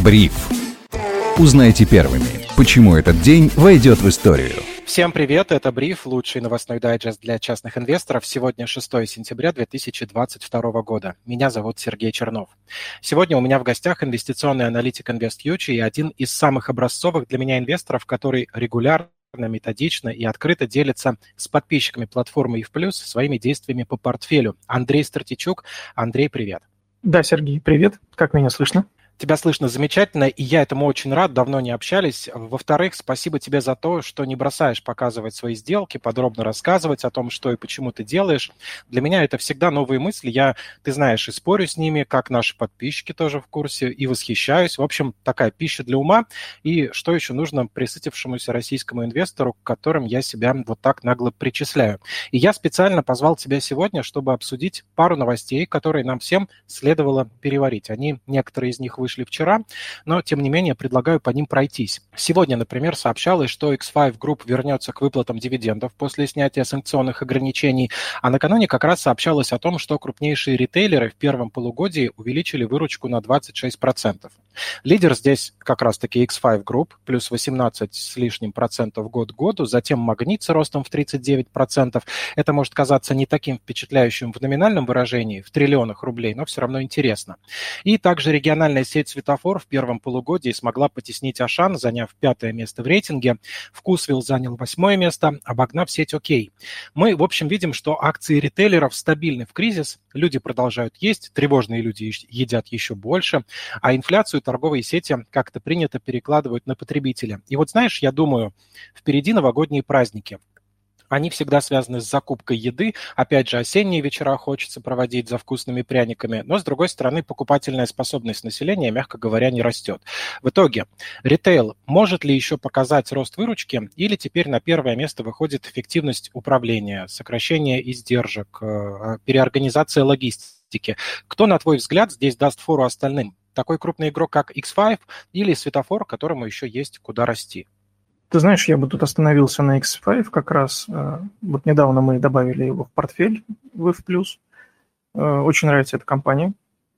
Бриф. Узнайте первыми, почему этот день войдет в историю. Всем привет, это Бриф, лучший новостной дайджест для частных инвесторов. Сегодня 6 сентября 2022 года. Меня зовут Сергей Чернов. Сегодня у меня в гостях инвестиционный аналитик InvestFuture и один из самых образцовых для меня инвесторов, который регулярно, методично и открыто делится с подписчиками платформы EVPlus своими действиями по портфелю. Андрей Стратичук. Андрей, привет. Да, Сергей, привет. Как меня слышно? Тебя слышно замечательно, и я этому очень рад, давно не общались. Во-вторых, спасибо тебе за то, что не бросаешь показывать свои сделки, подробно рассказывать о том, что и почему ты делаешь. Для меня это всегда новые мысли. Я, ты знаешь, и спорю с ними, как наши подписчики тоже в курсе, и восхищаюсь. В общем, такая пища для ума. И что еще нужно пресытившемуся российскому инвестору, к которым я себя вот так нагло причисляю. И я специально позвал тебя сегодня, чтобы обсудить пару новостей, которые нам всем следовало переварить. Некоторые из них вышли вчера, но, тем не менее, предлагаю по ним пройтись. Сегодня, например, сообщалось, что X5 Group вернется к выплатам дивидендов после снятия санкционных ограничений, а накануне как раз сообщалось о том, что крупнейшие ритейлеры в первом полугодии увеличили выручку на 26%. Лидер здесь как раз-таки X5 Group, плюс 18 с лишним процентов год к году, затем Магнит с ростом в 39%. Это может казаться не таким впечатляющим в номинальном выражении, в триллионах рублей, но все равно интересно. И также региональная сеть «Светофор» в первом полугодии смогла потеснить Ашан, заняв 5-е место в рейтинге. Вкусвилл занял 8-е место, обогнав сеть «Окей». Мы, в общем, видим, что акции ритейлеров стабильны в кризис, люди продолжают есть, тревожные люди едят еще больше, а инфляцию торговые сети как-то принято перекладывают на потребителя. И вот знаешь, я думаю, впереди новогодние праздники. Они всегда связаны с закупкой еды. Опять же, осенние вечера хочется проводить за вкусными пряниками. Но, с другой стороны, покупательная способность населения, мягко говоря, не растет. В итоге, ритейл может ли еще показать рост выручки, или теперь на первое место выходит эффективность управления, сокращение издержек, переорганизация логистики? Кто, на твой взгляд, здесь даст фору остальным? Такой крупный игрок, как X5 или Светофор, которому еще есть куда расти? Ты знаешь, я бы тут остановился на X5 как раз. Вот недавно мы добавили его в портфель в EVPlus. Очень нравится эта компания.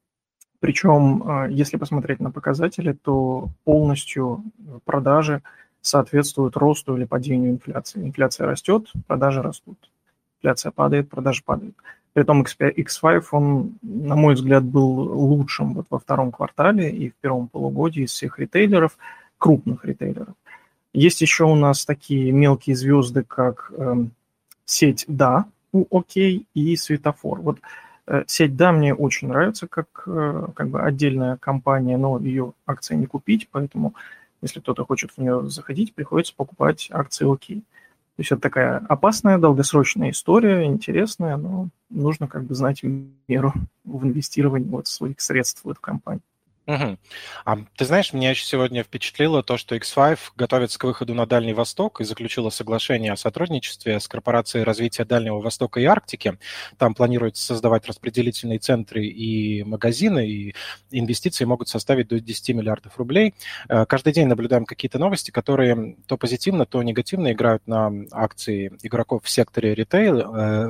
Причем, если посмотреть на показатели, то полностью продажи соответствуют росту или падению инфляции. Инфляция растет, продажи растут. Инфляция падает, продажи падают. Притом X5, он, на мой взгляд, был лучшим вот во втором квартале и в первом полугодии из всех ритейлеров, крупных ритейлеров. Есть еще у нас такие мелкие звезды, как сеть «Да» у «Окей» и «Светофор». Вот сеть «Да» мне очень нравится как бы отдельная компания, но ее акции не купить, поэтому если кто-то хочет в нее заходить, приходится покупать акции «Окей». То есть это такая опасная, долгосрочная история, интересная, но нужно как бы знать меру в инвестировании вот своих средств в эту компанию. Угу. Ты знаешь, меня еще сегодня впечатлило то, что X5 готовится к выходу на Дальний Восток и заключила соглашение о сотрудничестве с Корпорацией развития Дальнего Востока и Арктики. Там планируется создавать распределительные центры и магазины, и инвестиции могут составить до 10 миллиардов рублей. Каждый день наблюдаем какие-то новости, которые то позитивно, то негативно играют на акции игроков в секторе ритейла.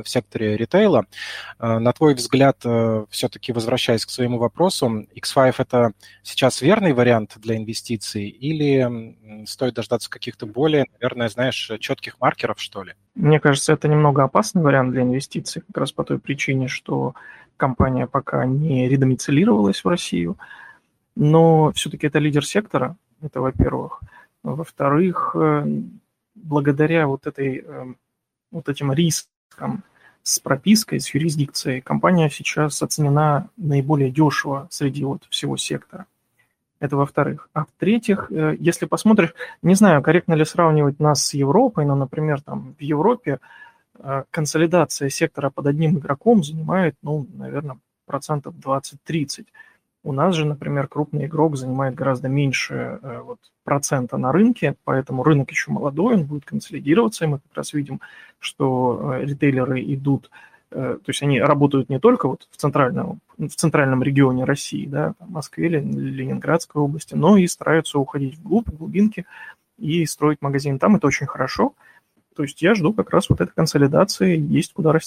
На твой взгляд, все-таки возвращаясь к своему вопросу, X5 – это сейчас верный вариант для инвестиций или стоит дождаться каких-то более, наверное, знаешь, четких маркеров, что ли? Мне кажется, это немного опасный вариант для инвестиций, как раз по той причине, что компания пока не редомицилировалась в Россию, но все-таки это лидер сектора, это во-первых. Во-вторых, благодаря вот этим рискам с пропиской, с юрисдикцией, компания сейчас оценена наиболее дешево среди вот всего сектора. Это во-вторых. А в-третьих, если посмотришь, не знаю, корректно ли сравнивать нас с Европой, но, например, там в Европе консолидация сектора под одним игроком занимает, наверное, 20-30%. У нас же, например, крупный игрок занимает гораздо меньше процента на рынке, поэтому рынок еще молодой, он будет консолидироваться, и мы как раз видим, что ритейлеры идут, то есть они работают не только вот в центральном регионе России, да, там, Москве или Ленинградской области, но и стараются уходить вглубь, в глубинки и строить магазин там, это очень хорошо. То есть я жду как раз вот этой консолидации, есть куда расти.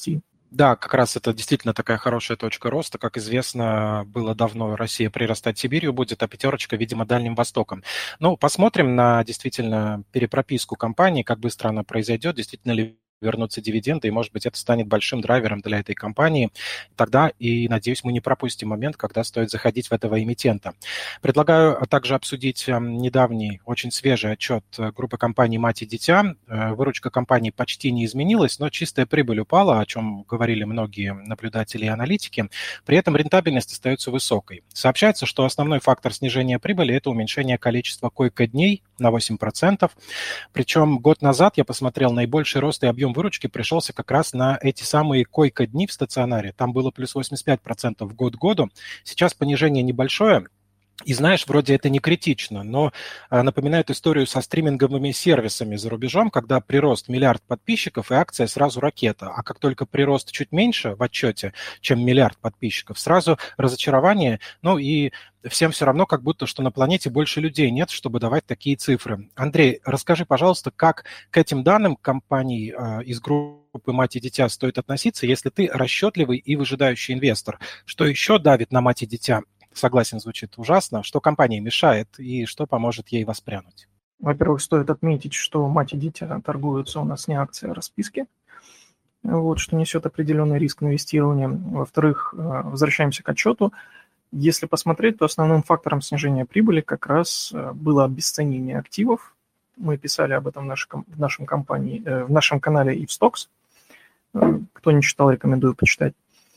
Да, как раз это действительно такая хорошая точка роста. Как известно, было давно Россия прирастать Сибирью будет, а пятерочка, видимо, Дальним Востоком. Ну, посмотрим на действительно перепрописку компании, как быстро она произойдет, действительно ли вернутся дивиденды, и, может быть, это станет большим драйвером для этой компании. Тогда, и, надеюсь, мы не пропустим момент, когда стоит заходить в этого эмитента. Предлагаю также обсудить недавний, очень свежий отчет группы компаний «Мать и дитя». Выручка компании почти не изменилась, но чистая прибыль упала, о чем говорили многие наблюдатели и аналитики. При этом рентабельность остается высокой. Сообщается, что основной фактор снижения прибыли – это уменьшение количества койко-дней на 8%. Причем год назад, я посмотрел, наибольший рост и объем выручки пришелся как раз на эти самые койко-дни в стационаре. Там было плюс 85% год к году. Сейчас понижение небольшое. И знаешь, вроде это не критично, но напоминает историю со стриминговыми сервисами за рубежом, когда прирост 1 миллиард подписчиков и акция сразу ракета. А как только прирост чуть меньше в отчете, чем 1 миллиард подписчиков, сразу разочарование. Ну и всем все равно, как будто, что на планете больше людей нет, чтобы давать такие цифры. Андрей, расскажи, пожалуйста, как к этим данным компаний из группы «Мать и дитя» стоит относиться, если ты расчетливый и выжидающий инвестор? Что еще давит на «Мать и дитя»? Согласен, звучит ужасно. Что компании мешает и что поможет ей воспрянуть? Во-первых, стоит отметить, что «Мать и дитя» торгуются у нас не акции, а расписки, вот, что несет определенный риск инвестирования. Во-вторых, возвращаемся к отчету. Если посмотреть, то основным фактором снижения прибыли как раз было обесценение активов. Мы писали об этом в нашем канале Ivstox. Кто не читал, рекомендую почитать.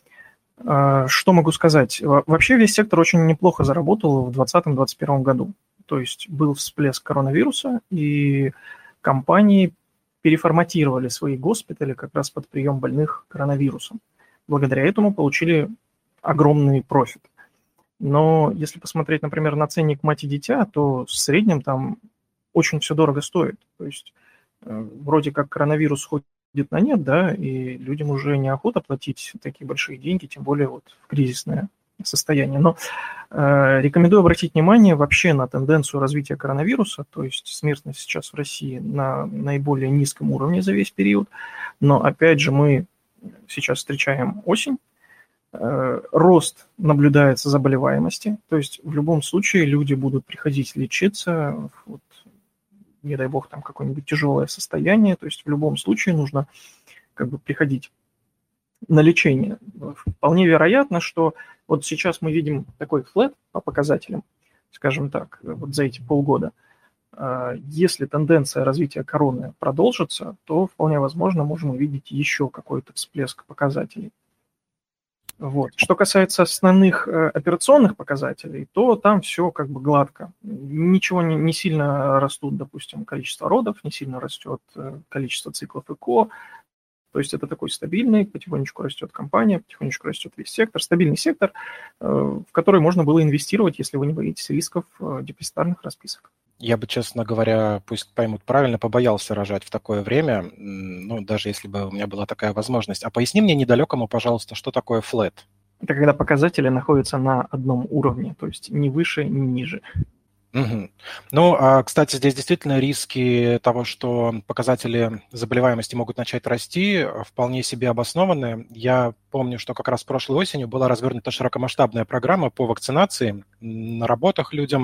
Что могу сказать? Вообще весь сектор очень неплохо заработал в 2020-2021 году. То есть был всплеск коронавируса, и компании переформатировали свои госпитали как раз под прием больных коронавирусом. Благодаря этому получили огромный профит. Но если посмотреть, например, на ценник «Мать и дитя», то в среднем там очень все дорого стоит. То есть вроде как коронавирус ходит на нет, да, и людям уже неохота платить такие большие деньги, тем более вот в кризисное состояние. Но рекомендую обратить внимание вообще на тенденцию развития коронавируса, то есть смертность сейчас в России на наиболее низком уровне за весь период, но опять же мы сейчас встречаем осень, рост наблюдается заболеваемости, то есть в любом случае люди будут приходить лечиться, вот, не дай бог, там какое-нибудь тяжелое состояние, то есть в любом случае нужно как бы приходить на лечение. Вполне вероятно, что вот сейчас мы видим такой флэт по показателям, скажем так, вот за эти полгода. Если тенденция развития короны продолжится, то вполне возможно можем увидеть еще какой-то всплеск показателей. Вот. Что касается основных операционных показателей, то там все как бы гладко. Ничего не сильно растут, допустим, количество родов, не сильно растет количество циклов ЭКО. То есть это такой стабильный, потихонечку растет компания, потихонечку растет весь сектор. Стабильный сектор, в который можно было инвестировать, если вы не боитесь рисков депозитарных расписок. Я бы, честно говоря, пусть поймут правильно, побоялся рожать в такое время, ну, даже если бы у меня была такая возможность. А поясни мне недалекому, пожалуйста, что такое флэт? Это когда показатели находятся на одном уровне, то есть ни выше, ни ниже. Угу. Ну, кстати, здесь действительно риски того, что показатели заболеваемости могут начать расти, вполне себе обоснованы. Я помню, что как раз прошлой осенью была развернута широкомасштабная программа по вакцинации. На работах людям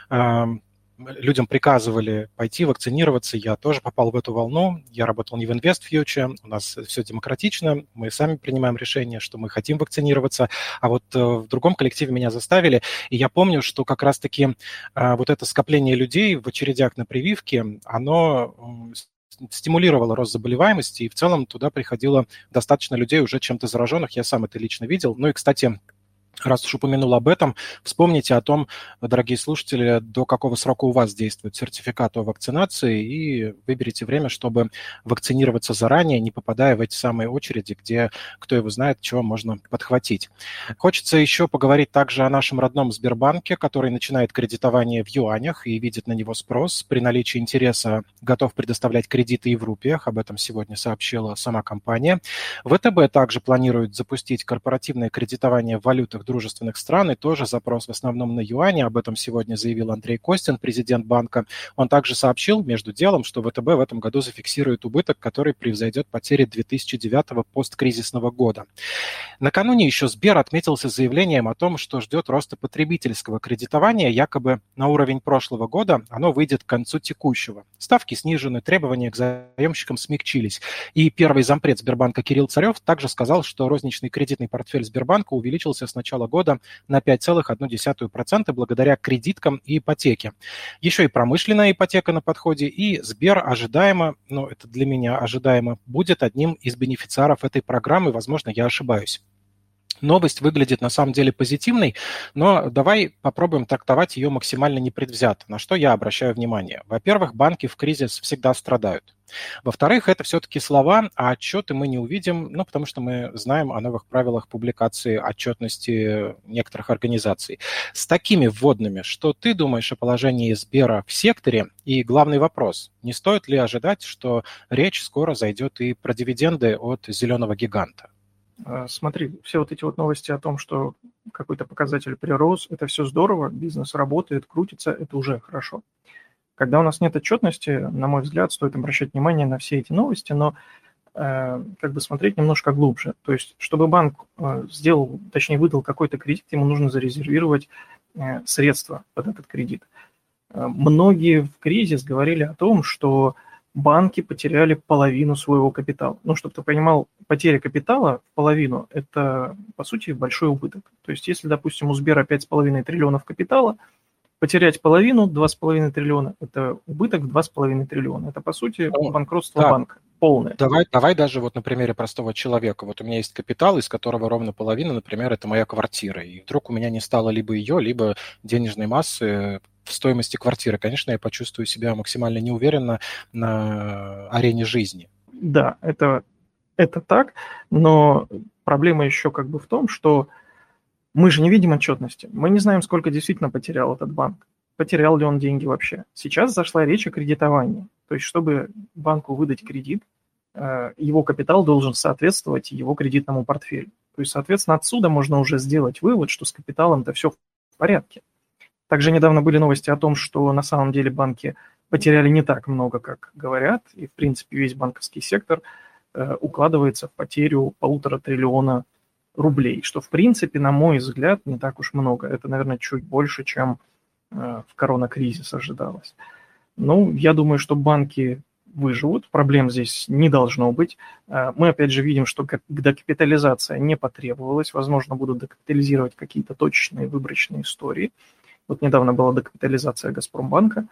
приказывали пойти вакцинироваться. Я тоже попал в эту волну. Я работал не в InvestFuture. У нас все демократично. Мы сами принимаем решение, что мы хотим вакцинироваться. А вот в другом коллективе меня заставили. И я помню, что как раз-таки вот это скопление людей в очередях на прививки, оно стимулировало рост заболеваемости. И в целом туда приходило достаточно людей, уже чем-то зараженных. Я сам это лично видел. Ну и, кстати, раз уж упомянул об этом, вспомните о том, дорогие слушатели, до какого срока у вас действует сертификат о вакцинации, и выберите время, чтобы вакцинироваться заранее, не попадая в эти самые очереди, где кто его знает, чего можно подхватить. Хочется еще поговорить также о нашем родном Сбербанке, который начинает кредитование в юанях и видит на него спрос. При наличии интереса готов предоставлять кредиты и в рупиях. Об этом сегодня сообщила сама компания. ВТБ также планирует запустить корпоративное кредитование в валютах дружественных стран, и тоже запрос в основном на юане. Об этом сегодня заявил Андрей Костин, президент банка. Он также сообщил между делом, что ВТБ в этом году зафиксирует убыток, который превзойдет потери 2009 посткризисного года. Накануне еще Сбер отметился заявлением о том, что ждет роста потребительского кредитования, якобы на уровень прошлого года оно выйдет к концу текущего. Ставки снижены, требования к заемщикам смягчились. И первый зампред Сбербанка Кирилл Царев также сказал, что розничный кредитный портфель Сбербанка увеличился с начала года на 5,1% благодаря кредиткам и ипотеке. Еще и промышленная ипотека на подходе, и Сбер ожидаемо, это для меня ожидаемо, будет одним из бенефициаров этой программы, возможно, я ошибаюсь. Новость выглядит на самом деле позитивной, но давай попробуем трактовать ее максимально непредвзято. На что я обращаю внимание? Во-первых, банки в кризис всегда страдают. Во-вторых, это все-таки слова, а отчеты мы не увидим, потому что мы знаем о новых правилах публикации отчетности некоторых организаций. С такими вводными, что ты думаешь о положении Сбера в секторе? И главный вопрос, не стоит ли ожидать, что речь скоро зайдет и про дивиденды от зеленого гиганта? Смотри, все вот эти вот новости о том, что какой-то показатель прирос, это все здорово, бизнес работает, крутится, это уже хорошо. Когда у нас нет отчетности, на мой взгляд, стоит обращать внимание на все эти новости, но смотреть немножко глубже. То есть, чтобы банк выдал какой-то кредит, ему нужно зарезервировать средства под этот кредит. Многие в кризис говорили о том, что банки потеряли половину своего капитала. Чтобы ты понимал, потеря капитала в половину – это, по сути, большой убыток. То есть, если, допустим, у Сбера 5,5 триллионов капитала, потерять половину, 2,5 триллиона – это убыток в 2,5 триллиона. Это, по сути, банкротство банка полное. Давай даже на примере простого человека. У меня есть капитал, из которого ровно половина, например, это моя квартира. И вдруг у меня не стало либо ее, либо денежной массы в стоимости квартиры. Конечно, я почувствую себя максимально неуверенно на арене жизни. Да, это так, но проблема еще в том, что мы же не видим отчетности. Мы не знаем, сколько действительно потерял этот банк. Потерял ли он деньги вообще. Сейчас зашла речь о кредитовании. То есть, чтобы банку выдать кредит, его капитал должен соответствовать его кредитному портфелю. То есть, соответственно, отсюда можно уже сделать вывод, что с капиталом-то все в порядке. Также недавно были новости о том, что на самом деле банки потеряли не так много, как говорят, и, в принципе, весь банковский сектор укладывается в потерю 1,5 триллиона рублей, что, в принципе, на мой взгляд, не так уж много. Это, наверное, чуть больше, чем в коронакризис ожидалось. Я думаю, что банки выживут, проблем здесь не должно быть. Мы, опять же, видим, что докапитализация не потребовалась, возможно, будут докапитализировать какие-то точечные, выборочные истории. Недавно была докапитализация Газпромбанка.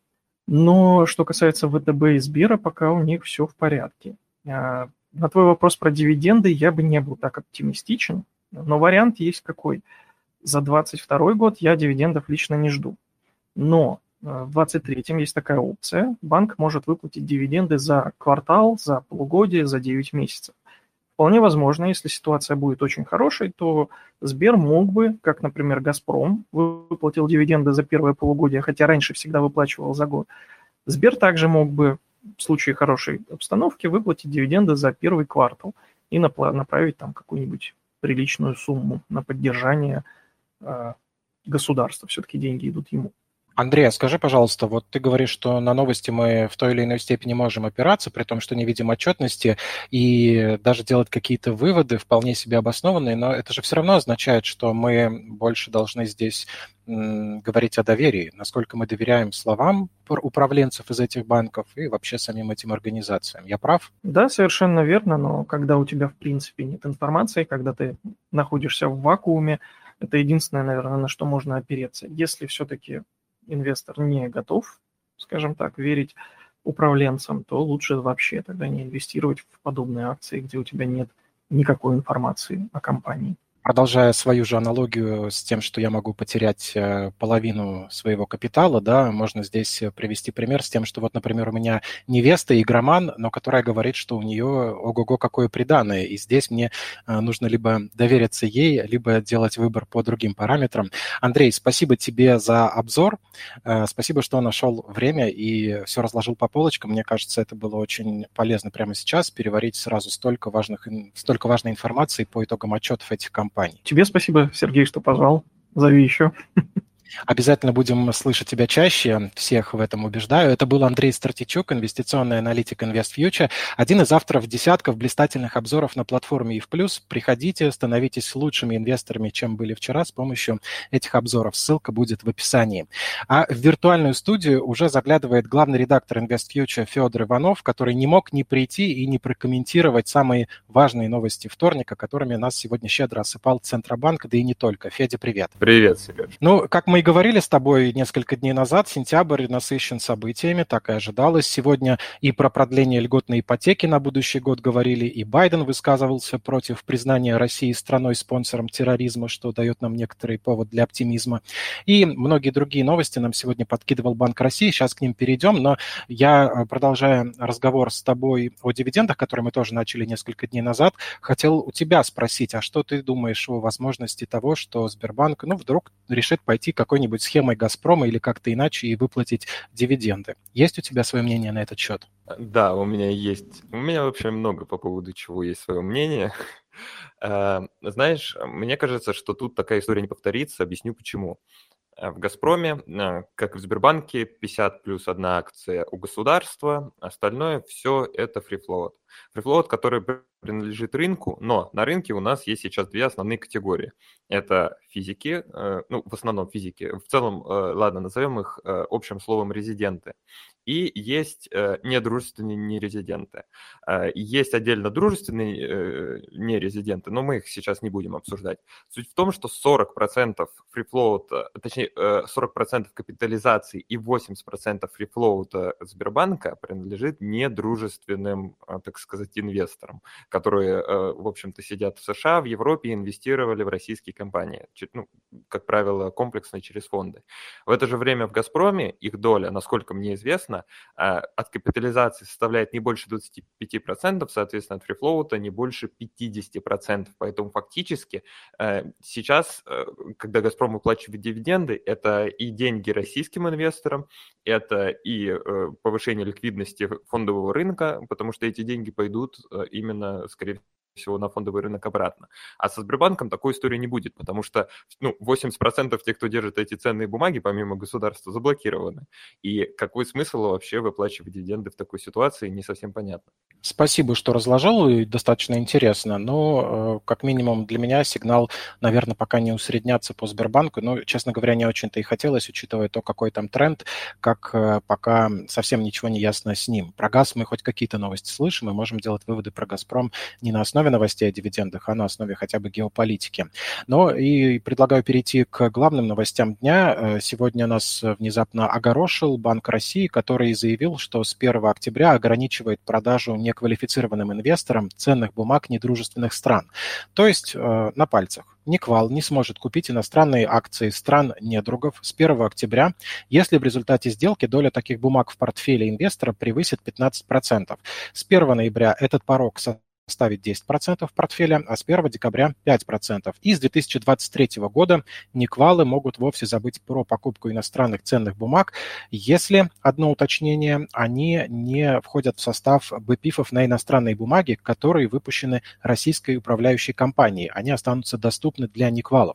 Но что касается ВТБ и Сбера, пока у них все в порядке. На твой вопрос про дивиденды я бы не был так оптимистичен, но вариант есть какой. За 2022 год я дивидендов лично не жду. Но в 2023 есть такая опция. Банк может выплатить дивиденды за квартал, за полугодие, за 9 месяцев. Вполне возможно, если ситуация будет очень хорошей, то Сбер мог бы, как, например, Газпром, выплатил дивиденды за первое полугодие, хотя раньше всегда выплачивал за год. Сбер также мог бы в случае хорошей обстановки выплатить дивиденды за первый квартал и направить там какую-нибудь приличную сумму на поддержание государства. Все-таки деньги идут ему. Андрей, скажи, пожалуйста, ты говоришь, что на новости мы в той или иной степени можем опираться, при том, что не видим отчетности, и даже делать какие-то выводы вполне себе обоснованные, но это же все равно означает, что мы больше должны здесь говорить о доверии, насколько мы доверяем словам управленцев из этих банков и вообще самим этим организациям. Я прав? Да, совершенно верно, но когда у тебя, в принципе, нет информации, когда ты находишься в вакууме, это единственное, наверное, на что можно опереться. Если все-таки инвестор не готов, скажем так, верить управленцам, то лучше вообще тогда не инвестировать в подобные акции, где у тебя нет никакой информации о компании. Продолжая свою же аналогию с тем, что я могу потерять половину своего капитала, да, можно здесь привести пример с тем, что например, у меня невеста игроман, но которая говорит, что у нее ого-го какое приданое, и здесь мне нужно либо довериться ей, либо делать выбор по другим параметрам. Андрей, спасибо тебе за обзор, спасибо, что нашел время и все разложил по полочкам. Мне кажется, это было очень полезно прямо сейчас переварить сразу столько важной информации по итогам отчетов этих компаний. компаний. Тебе спасибо, Сергей, что позвал. Зови еще. Обязательно будем слышать тебя чаще, всех в этом убеждаю. Это был Андрей Стратичук, инвестиционный аналитик InvestFuture, один из авторов десятков блистательных обзоров на платформе EVE+. Приходите, становитесь лучшими инвесторами, чем были вчера, с помощью этих обзоров. Ссылка будет в описании. А в виртуальную студию уже заглядывает главный редактор InvestFuture Федор Иванов, который не мог не прийти и не прокомментировать самые важные новости вторника, которыми нас сегодня щедро осыпал Центробанк, да и не только. Федя, привет. Привет, Сереж. Ну, как мы и говорили с тобой несколько дней назад, сентябрь насыщен событиями, так и ожидалось. Сегодня и про продление льготной ипотеки на будущий год говорили, и Байден высказывался против признания России страной-спонсором терроризма, что дает нам некоторый повод для оптимизма. И многие другие новости нам сегодня подкидывал Банк России, сейчас к ним перейдем, но я, продолжая разговор с тобой о дивидендах, который мы тоже начали несколько дней назад, хотел у тебя спросить, а что ты думаешь о возможности того, что Сбербанк, вдруг решит пойти какой-нибудь схемой «Газпрома» или как-то иначе и выплатить дивиденды. Есть у тебя свое мнение на этот счет? Да, у меня есть. У меня вообще много по поводу чего есть свое мнение. Знаешь, мне кажется, что тут такая история не повторится. Объясню почему. В «Газпроме», как и в Сбербанке, 50 плюс 1 акция у государства, остальное все это фрифлоут. Фрифлоут, который принадлежит рынку, но на рынке у нас есть сейчас две основные категории. Это физики, в основном физики, в целом, ладно, назовем их общим словом резиденты. И есть недружественные нерезиденты. Есть отдельно дружественные нерезиденты, но мы их сейчас не будем обсуждать. Суть в том, что 40% фрифлоута, точнее 40% капитализации и 80% фрифлоута Сбербанка принадлежит недружественным, так сказать, инвесторам, которые, в общем-то, сидят в США, в Европе и инвестировали в российские компании, как правило, комплексно через фонды. В это же время в «Газпроме» их доля, насколько мне известно, от капитализации составляет не больше 25%, соответственно, от фрифлоута не больше 50%. Поэтому фактически сейчас, когда «Газпром» выплачивает дивиденды, это и деньги российским инвесторам, это и повышение ликвидности фондового рынка, потому что эти деньги пойдут именно, скорее всего, на фондовый рынок обратно. А со Сбербанком такой истории не будет, потому что 80% тех, кто держит эти ценные бумаги, помимо государства, заблокированы. И какой смысл вообще выплачивать дивиденды в такой ситуации, не совсем понятно. Спасибо, что разложил, и достаточно интересно. Но, как минимум, для меня сигнал, наверное, пока не усредняться по Сбербанку. Но, честно говоря, не очень-то и хотелось, учитывая то, какой там тренд, как пока совсем ничего не ясно с ним. Про газ мы хоть какие-то новости слышим, и можем делать выводы про «Газпром» не на основе новостей о дивидендах, а на основе хотя бы геополитики. Но и предлагаю перейти к главным новостям дня. Сегодня нас внезапно огорошил Банк России, который заявил, что с 1 октября ограничивает продажу неквалифицированным инвесторам ценных бумаг недружественных стран. То есть на пальцах. Никвал не сможет купить иностранные акции стран-недругов с 1 октября, если в результате сделки доля таких бумаг в портфеле инвестора превысит 15%. С 1 ноября этот порог составит 10% портфеля, а с 1 декабря 5%. И с 2023 года никвалы могут вовсе забыть про покупку иностранных ценных бумаг, если, одно уточнение, они не входят в состав БПИФов на иностранные бумаги, которые выпущены российской управляющей компанией. Они останутся доступны для никвалов.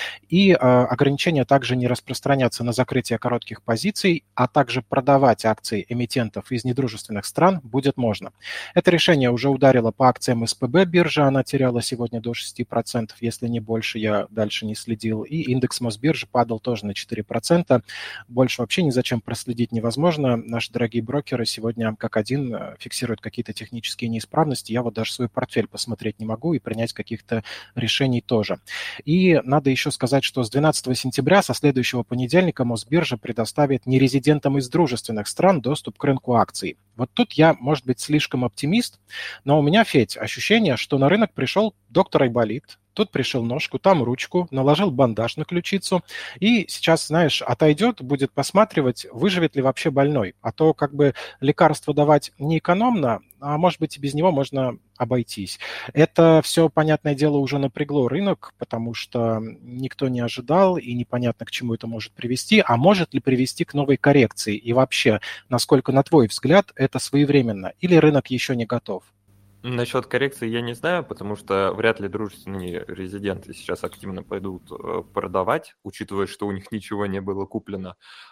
И ограничения также не распространятся на закрытие коротких позиций, а также продавать акции эмитентов из недружественных стран будет можно. Это решение уже ударило по акциям СПБ биржи, она теряла сегодня до 6%, если не больше, я дальше не следил. И индекс Мосбиржи падал тоже на 4%. Больше вообще ни зачем проследить невозможно. Наши дорогие брокеры сегодня как один фиксируют какие-то технические неисправности. Я вот даже свой портфель посмотреть не могу и принять каких-то решений тоже. И надо еще сказать, что с 12 сентября, со следующего понедельника, Мосбиржа предоставит нерезидентам из дружественных стран доступ к рынку акций. Вот тут я, может быть, слишком оптимист, но у меня, Федь, ощущение, что на рынок пришел доктор Айболит, тут пришил ножку, там ручку, наложил бандаж на ключицу, и сейчас, знаешь, отойдет, будет посматривать, выживет ли вообще больной. А то как бы лекарство давать не экономно, а может быть и без него можно обойтись. Это все, понятное дело, уже напрягло рынок, потому что никто не ожидал, и непонятно, к чему это может привести, а может ли привести к новой коррекции. И вообще, насколько, на твой взгляд, это своевременно, или рынок еще не готов? Насчет коррекции я не знаю, потому что вряд ли дружественные резиденты сейчас активно пойдут продавать, учитывая, что у них ничего не было куплено.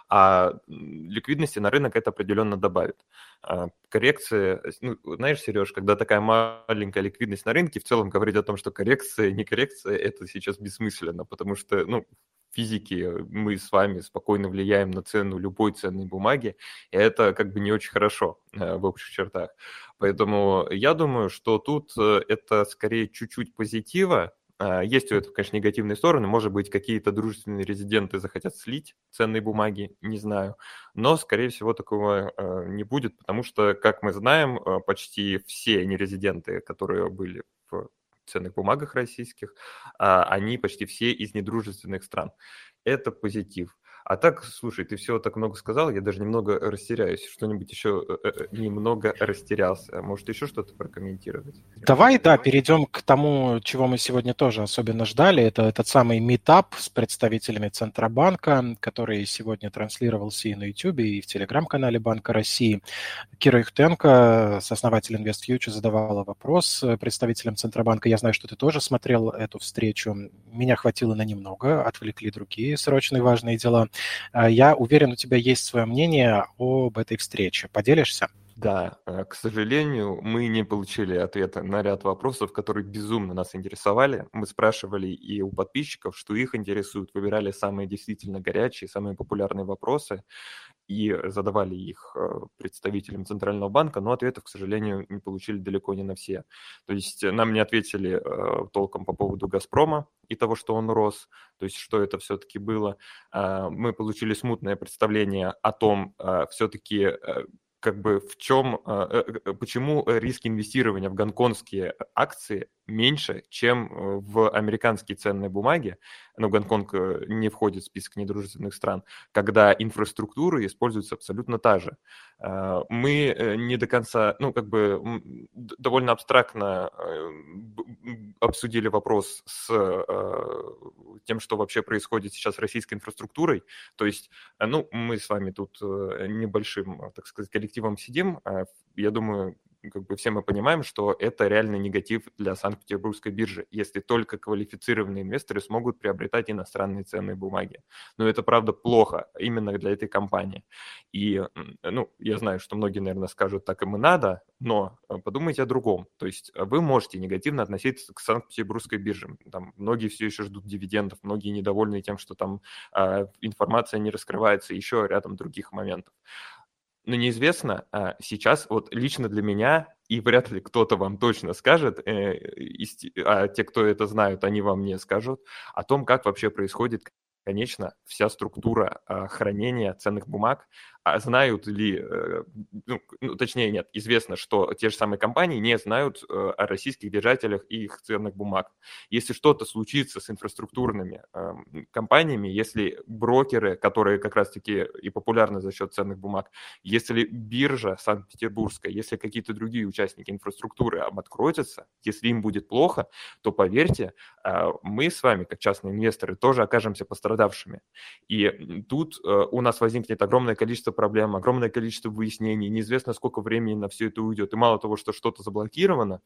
А ликвидности на рынок это определенно добавит. Коррекция, ну, знаешь, Сереж, когда такая маленькая ликвидность на рынке, в целом говорить о том, что коррекция, не коррекция, это сейчас бессмысленно, потому что, ну, в физике мы с вами спокойно влияем на цену любой ценной бумаги, и это как бы не очень хорошо в общих чертах. Поэтому я думаю, что тут это скорее чуть-чуть позитива. Есть у этого, конечно, негативные стороны. Может быть, какие-то дружественные резиденты захотят слить ценные бумаги, не знаю. Но, скорее всего, такого не будет, потому что, как мы знаем, почти все нерезиденты, которые были в ценных бумагах российских, они почти все из недружественных стран. Это позитив. А так, слушай, ты всего так много сказал, я даже немного растеряюсь. Что-нибудь еще немного растерялся. Может, еще что-то прокомментировать? Давай, да, перейдем к тому, чего мы сегодня тоже особенно ждали. Это этот самый митап с представителями Центробанка, который сегодня транслировался и на YouTube, и в телеграм-канале Банка России. Кира Юхтенко, сооснователь InvestFuture, задавала вопрос представителям Центробанка. Я знаю, что ты тоже смотрел эту встречу. Меня хватило на немного, отвлекли другие срочные важные дела. Я уверен, у тебя есть свое мнение об этой встрече. Поделишься? Да, к сожалению, мы не получили ответа на ряд вопросов, которые безумно нас интересовали. Мы спрашивали и у подписчиков, что их интересует, выбирали самые действительно горячие, самые популярные вопросы и задавали их представителям Центрального банка, но ответов, к сожалению, не получили далеко не на все. То есть нам не ответили толком по поводу «Газпрома» и того, что он рос, то есть что это все-таки было. Мы получили смутное представление о том, все-таки как бы в чем, почему риски инвестирования в гонконгские акции меньше, чем в американские ценные бумаги, но Гонконг не входит в список недружественных стран, когда инфраструктура используется абсолютно та же. Мы не до конца, ну, как бы довольно абстрактно обсудили вопрос с тем, что вообще происходит сейчас с российской инфраструктурой. То есть, ну, мы с вами тут небольшим, так сказать, коллективом сидим. Я думаю, как бы все мы понимаем, что это реальный негатив для Санкт-Петербургской биржи, если только квалифицированные инвесторы смогут приобретать иностранные ценные бумаги. Но это, правда, плохо именно для этой компании. И, ну, я знаю, что многие, наверное, скажут, так им и надо, но подумайте о другом. То есть вы можете негативно относиться к Санкт-Петербургской бирже. Там многие все еще ждут дивидендов, многие недовольны тем, что там информация не раскрывается, еще рядом других моментов. Но неизвестно сейчас, вот лично для меня, и вряд ли кто-то вам точно скажет, а те, кто это знают, они вам не скажут, о том, как вообще происходит, конечно, вся структура хранения ценных бумаг. А знают ли, ну, точнее нет, известно, что те же самые компании не знают о российских держателях и их ценных бумаг. Если что-то случится с инфраструктурными компаниями, если брокеры, которые как раз-таки и популярны за счет ценных бумаг, если биржа Санкт-Петербургская, если какие-то другие участники инфраструктуры откроются, если им будет плохо, то поверьте, мы с вами, как частные инвесторы, тоже окажемся пострадавшими. И тут у нас возникнет огромное количество проблем, огромное количество выяснений, неизвестно, сколько времени на все это уйдет. И мало того, что что-то заблокировано,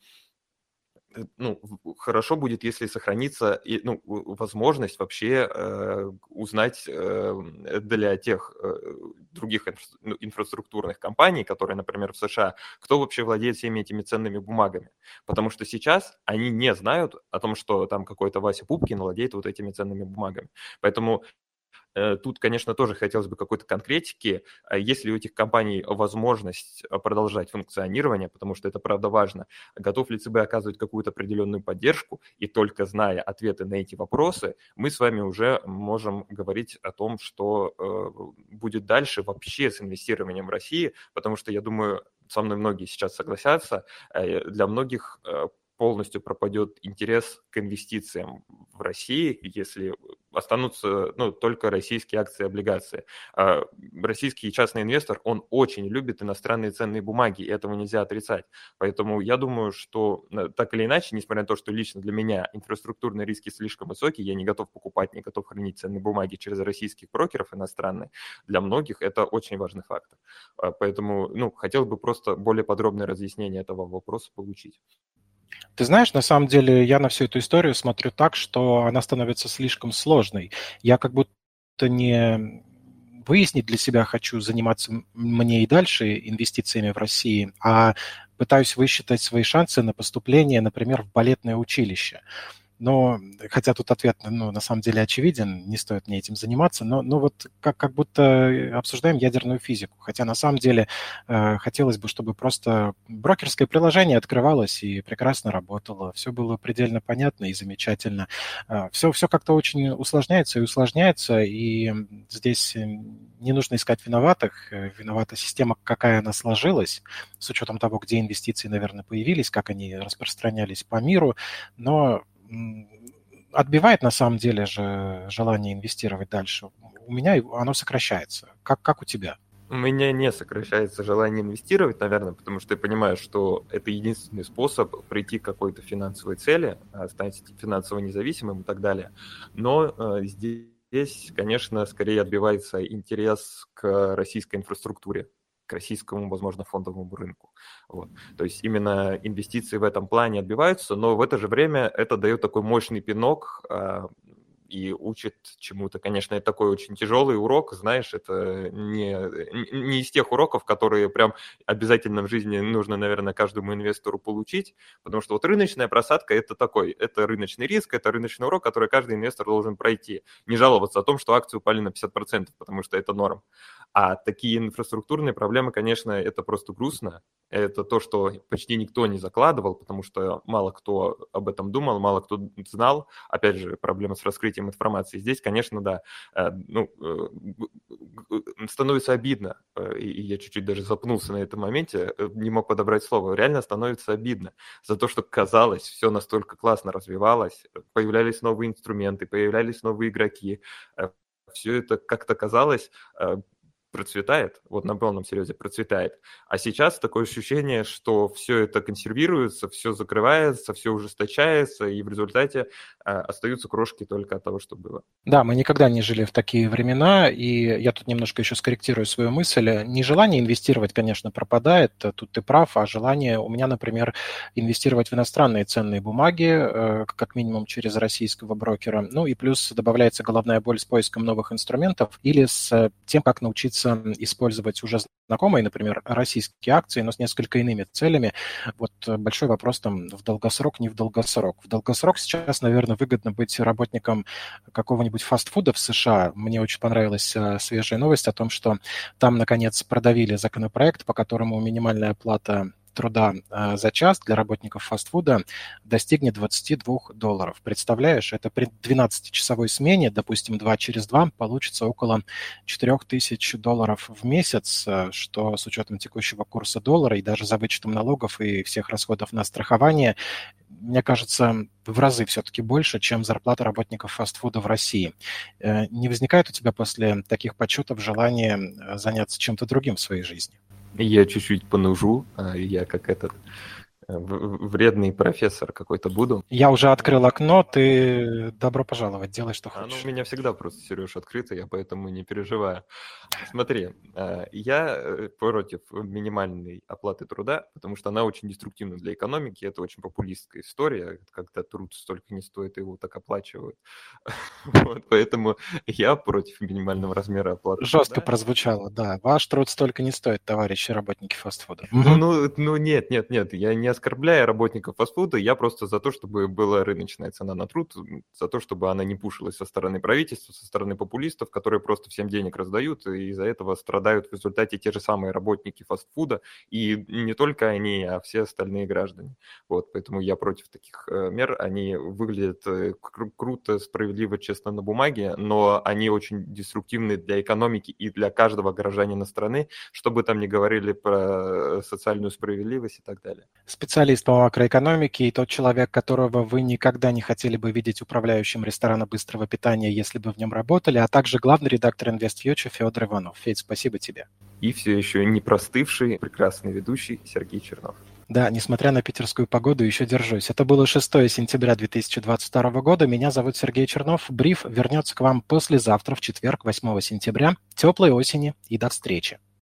ну, хорошо будет, если сохранится ну, возможность вообще узнать для тех других инфраструктурных компаний, которые, например, в США, кто вообще владеет всеми этими ценными бумагами. Потому что сейчас они не знают о том, что там какой-то Вася Пупкин владеет вот этими ценными бумагами. Поэтому тут, конечно, тоже хотелось бы какой-то конкретики. Есть ли у этих компаний возможность продолжать функционирование, потому что это, правда, важно. Готов ли ЦБ оказывать какую-то определенную поддержку? И только зная ответы на эти вопросы, мы с вами уже можем говорить о том, что будет дальше вообще с инвестированием в России, потому что, я думаю, со мной многие сейчас согласятся, для многих полностью пропадет интерес к инвестициям в России, если останутся только российские акции и облигации. Российский частный инвестор, он очень любит иностранные ценные бумаги, и этого нельзя отрицать. Поэтому я думаю, что так или иначе, несмотря на то, что лично для меня инфраструктурные риски слишком высокие, я не готов покупать, не готов хранить ценные бумаги через российских брокеров иностранных, для многих это очень важный фактор. Поэтому, хотел бы просто более подробное разъяснение этого вопроса получить. Ты знаешь, на самом деле я на всю эту историю смотрю так, что она становится слишком сложной. Я как будто не выяснить для себя хочу, заниматься мне и дальше инвестициями в России, а пытаюсь высчитать свои шансы на поступление, например, в балетное училище. Но, хотя тут ответ, на самом деле очевиден, не стоит мне этим заниматься, но вот как будто обсуждаем ядерную физику. Хотя на самом деле хотелось бы, чтобы просто брокерское приложение открывалось и прекрасно работало, все было предельно понятно и замечательно. Все как-то очень усложняется, и здесь не нужно искать виноватых. Виновата система, какая она сложилась, с учетом того, где инвестиции, наверное, появились, как они распространялись по миру, но отбивает на самом деле же желание инвестировать дальше. У меня оно сокращается. Как у тебя? У меня не сокращается желание инвестировать, наверное, потому что я понимаю, что это единственный способ прийти к какой-то финансовой цели, стать финансово независимым и так далее. Но здесь, конечно, скорее отбивается интерес к российской инфраструктуре, к российскому, возможно, фондовому рынку. Вот. То есть именно инвестиции в этом плане отбиваются, но в это же время это дает такой мощный пинок и учит чему-то. Конечно, это такой очень тяжелый урок, знаешь, это не из тех уроков, которые прям обязательно в жизни нужно, наверное, каждому инвестору получить, потому что вот рыночная просадка – это рыночный риск, это рыночный урок, который каждый инвестор должен пройти. Не жаловаться о том, что акции упали на 50%, потому что это норм. А такие инфраструктурные проблемы, конечно, это просто грустно. Это то, что почти никто не закладывал, потому что мало кто об этом думал, мало кто знал. Опять же, проблема с раскрытием информации. Здесь, конечно, да, становится обидно, и я чуть-чуть даже запнулся на этом моменте, не мог подобрать слово. Реально становится обидно за то, что, казалось, все настолько классно развивалось, появлялись новые инструменты, появлялись новые игроки. Все это как-то казалось процветает, вот на полном серьезе процветает. А сейчас такое ощущение, что все это консервируется, все закрывается, все ужесточается, и в результате остаются крошки только от того, что было. Да, мы никогда не жили в такие времена, и я тут немножко еще скорректирую свою мысль. Нежелание инвестировать, конечно, пропадает, тут ты прав, а желание у меня, например, инвестировать в иностранные ценные бумаги, как минимум через российского брокера, ну и плюс добавляется головная боль с поиском новых инструментов или с тем, как научиться использовать уже знакомые, например, российские акции, но с несколько иными целями. Вот большой вопрос там в долгосрок, не в долгосрок. В долгосрок сейчас, наверное, выгодно быть работником какого-нибудь фастфуда в США. Мне очень понравилась свежая новость о том, что там, наконец, продавили законопроект, по которому минимальная оплата труда за час для работников фастфуда достигнет $22. Представляешь, это при 12-часовой смене, допустим, 2 через 2, получится около $4000 в месяц, что с учетом текущего курса доллара и даже за вычетом налогов и всех расходов на страхование, мне кажется, в разы все-таки больше, чем зарплата работников фастфуда в России. Не возникает у тебя после таких подсчетов желания заняться чем-то другим в своей жизни? Я чуть-чуть понужу, я как этот вредный профессор какой-то буду. Я уже открыл окно, ты добро пожаловать, делай, что хочешь. Оно у меня всегда просто, Сереж, открыто, я поэтому не переживаю. Смотри, я против минимальной оплаты труда, потому что она очень деструктивна для экономики, это очень популистская история, когда труд столько не стоит, его так оплачивают. Вот, поэтому я против минимального размера оплаты Жестко труда. прозвучало, да. Ваш труд столько не стоит, товарищи работники фастфуда. Нет, я не оскорбляю работников фастфуда, я просто за то, чтобы была рыночная цена на труд, за то, чтобы она не пушилась со стороны правительства, со стороны популистов, которые просто всем денег раздают, и из-за этого страдают в результате те же самые работники фастфуда, и не только они, а все остальные граждане. Вот, поэтому я против таких мер, они выглядят круто, справедливо, честно на бумаге, но они очень деструктивны для экономики и для каждого гражданина страны, что бы там ни говорили про социальную справедливость и так далее. специалист по макроэкономике и тот человек, которого вы никогда не хотели бы видеть управляющим ресторана быстрого питания, если бы в нем работали, а также главный редактор InvestFuture Федор Иванов. Федь, спасибо тебе. И все еще не простывший прекрасный ведущий Сергей Чернов. Да, несмотря на питерскую погоду, еще держусь. Это было 6 сентября 2022 года. Меня зовут Сергей Чернов. Бриф вернется к вам послезавтра, в четверг, 8 сентября. Теплой осени и до встречи.